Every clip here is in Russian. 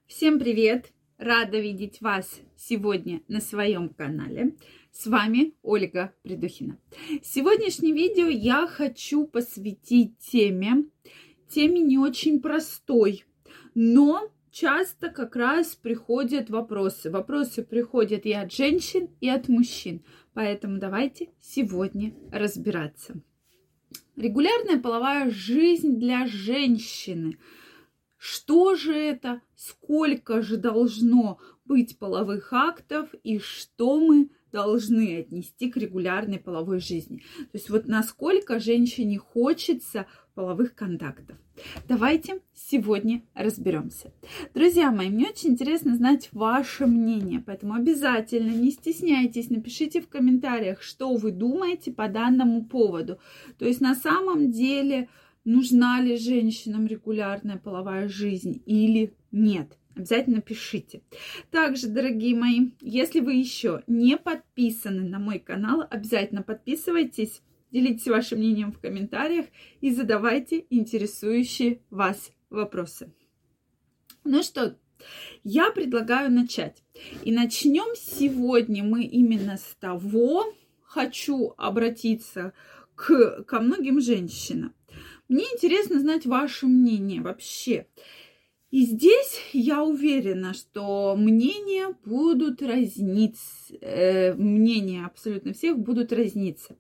Всем привет! Рада видеть вас сегодня на своем канале. С вами Ольга Придухина. Сегодняшнее видео я хочу посвятить теме не очень простой, но часто как раз приходят вопросы. Вопросы приходят и от женщин, и от мужчин. Поэтому давайте сегодня разбираться. Регулярная половая жизнь для женщины. Что же это? Сколько же должно быть половых актов и что мы должны отнести к регулярной половой жизни? То есть вот насколько женщине хочется половых контактов. Давайте сегодня разберемся. Друзья мои, мне очень интересно знать ваше мнение, поэтому обязательно не стесняйтесь, напишите в комментариях, что вы думаете по данному поводу. То есть на самом деле нужна ли женщинам регулярная половая жизнь или нет? Обязательно пишите. Также, дорогие мои, если вы еще не подписаны на мой канал, обязательно подписывайтесь, делитесь вашим мнением в комментариях и задавайте интересующие вас вопросы. Ну что, я предлагаю начать. И начнем сегодня мы именно с того, хочу обратиться ко многим женщинам. Мне интересно знать ваше мнение вообще. И здесь я уверена, что мнения будут разниться, мнения абсолютно всех будут разниться.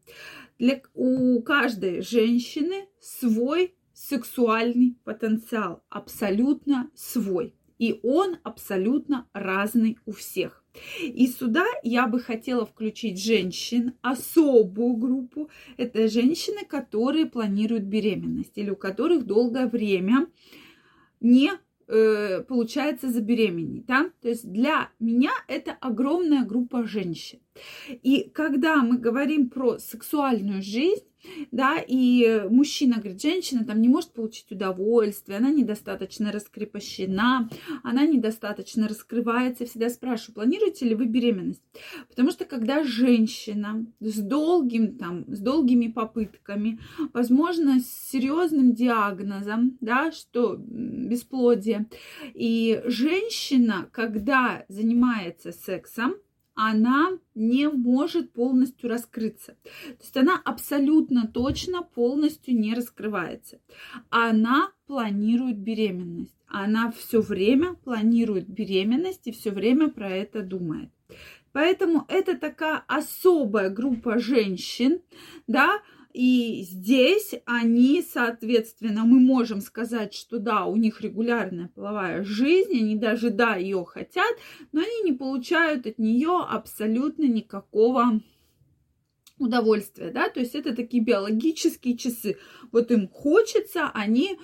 У каждой женщины свой сексуальный потенциал, абсолютно свой. И он абсолютно разный у всех. И сюда я бы хотела включить женщин, особую группу. Это женщины, которые планируют беременность или у которых долгое время не получается забеременеть. Да? То есть для меня это огромная группа женщин. И когда мы говорим про сексуальную жизнь, да, и мужчина говорит, женщина там не может получить удовольствие, она недостаточно раскрепощена, она недостаточно раскрывается. Я всегда спрашиваю, планируете ли вы беременность? Потому что когда женщина с долгими попытками, возможно, с серьезным диагнозом, да, что бесплодие, и женщина, когда занимается сексом, она не может полностью раскрыться. То есть она абсолютно точно полностью не раскрывается. Она планирует беременность. Она все время планирует беременность и все время про это думает. Поэтому это такая особая группа женщин, да, и здесь они, соответственно, мы можем сказать, что да, у них регулярная половая жизнь, они даже, да, ее хотят, но они не получают от нее абсолютно никакого удовольствия, да, то есть это такие биологические часы. Вот им хочется, они,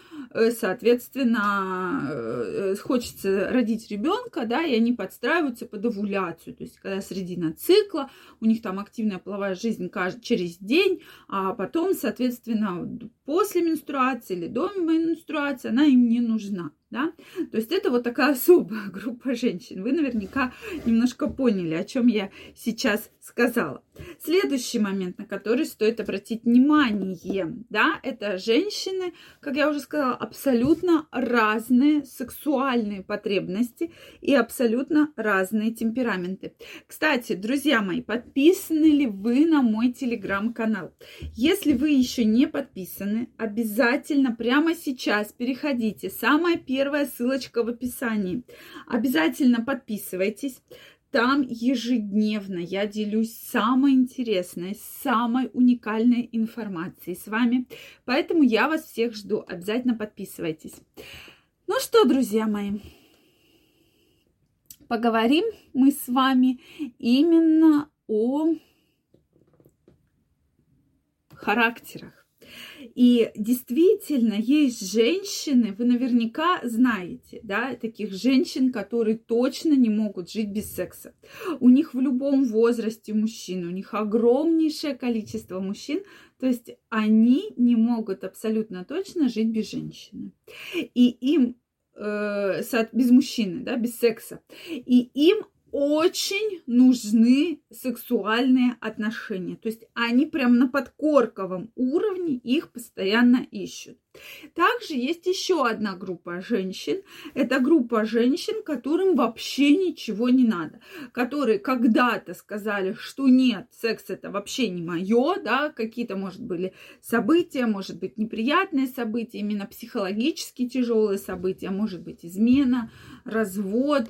соответственно, хочется родить ребенка, да, и они подстраиваются под овуляцию, то есть когда середина цикла, у них там активная половая жизнь через день, а потом, соответственно, после менструации или до менструации она им не нужна. Да? То есть это вот такая особая группа женщин. Вы наверняка немножко поняли, о чем я сейчас сказала. Следующий момент, на который стоит обратить внимание, да, это женщины, как я уже сказала, абсолютно разные сексуальные потребности и абсолютно разные темпераменты. Кстати, друзья мои, подписаны ли вы на мой телеграм-канал? Если вы еще не подписаны, обязательно прямо сейчас переходите. Самая первая ссылочка в описании. Обязательно подписывайтесь. Там ежедневно я делюсь самой интересной, самой уникальной информацией с вами. Поэтому я вас всех жду. Обязательно подписывайтесь. Ну что, друзья мои, поговорим мы с вами именно о характерах. И действительно, есть женщины, вы наверняка знаете, да, таких женщин, которые точно не могут жить без секса. У них в любом возрасте мужчин, у них огромнейшее количество мужчин, то есть они не могут абсолютно точно жить без женщины. И им, без мужчины, да, без секса. И им очень нужны сексуальные отношения. То есть они прям на подкорковом уровне их постоянно ищут. Также есть еще одна группа женщин. Это группа женщин, которым вообще ничего не надо. Которые когда-то сказали, что нет, секс это вообще не мое, да, какие-то, может, были события, может быть, неприятные события, именно психологически тяжелые события, может быть, измена, развод,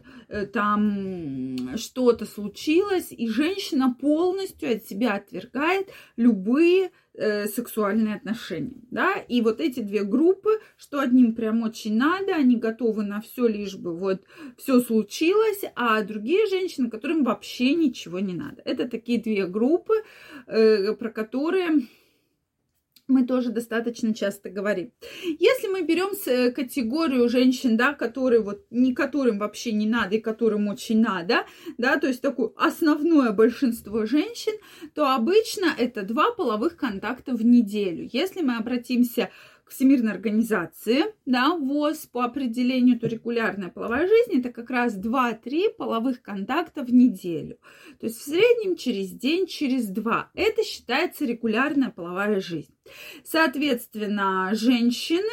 там что-то случилось, и женщина полностью от себя отвергает любые сексуальные отношения, да, и вот эти две группы, что одним прям очень надо, они готовы на все, лишь бы вот все случилось, а другие женщины, которым вообще ничего не надо. Это такие две группы, про которые мы тоже достаточно часто говорим. Если мы берем категорию женщин, да, которые вот не которым вообще не надо и которым очень надо, да, то есть такое основное большинство женщин, то обычно это 2 половых контакта в неделю. Если мы обратимся к Всемирной организации, да, ВОЗ по определению, то регулярная половая жизнь это как раз 2-3 половых контакта в неделю. То есть в среднем через день, через 2. Это считается регулярная половая жизнь. Соответственно, женщины,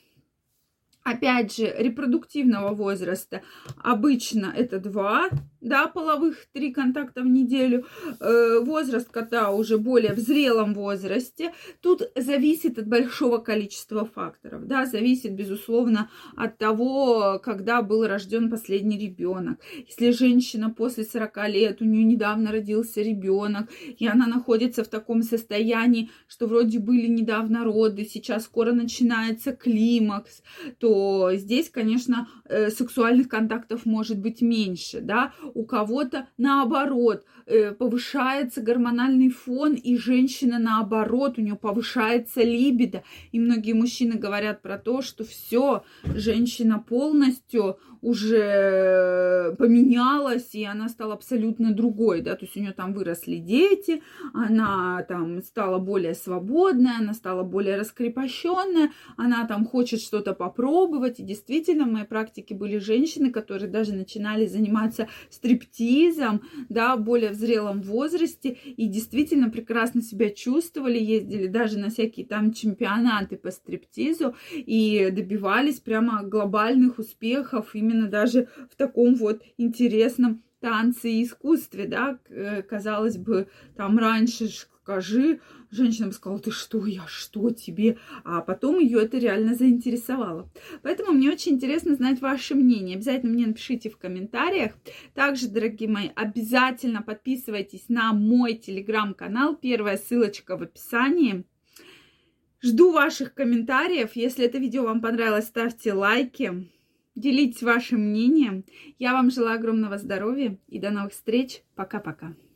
опять же, репродуктивного возраста обычно это 2, да, половых 3 контакта в неделю. Возраст, когда уже более в зрелом возрасте, тут зависит от большого количества факторов, да, зависит, безусловно, от того, когда был рожден последний ребенок. Если женщина после 40 лет, у нее недавно родился ребенок, и она находится в таком состоянии, что вроде были недавно роды, сейчас скоро начинается климакс, то здесь, конечно, сексуальных контактов может быть меньше, да. У кого-то наоборот повышается гормональный фон, и женщина наоборот, у нее повышается либидо. И многие мужчины говорят про то, что все, женщина полностью уже поменялась, и она стала абсолютно другой, да, то есть у нее там выросли дети, она там стала более свободная, она стала более раскрепощенная, она там хочет что-то попробовать, и действительно в моей практике были женщины, которые даже начинали заниматься стриптизом, да, более в зрелом возрасте, и действительно прекрасно себя чувствовали, ездили даже на всякие там чемпионаты по стриптизу, и добивались прямо глобальных успехов именно даже в таком вот интересном танце и искусстве, да, казалось бы, там раньше, скажи, женщина бы сказала, ты что, я что тебе? А потом ее это реально заинтересовало. Поэтому мне очень интересно знать ваше мнение. Обязательно мне напишите в комментариях. Также, дорогие мои, обязательно подписывайтесь на мой телеграм-канал. Первая ссылочка в описании. Жду ваших комментариев. Если это видео вам понравилось, ставьте лайки. Делитесь вашим мнением. Я вам желаю огромного здоровья и до новых встреч. Пока-пока.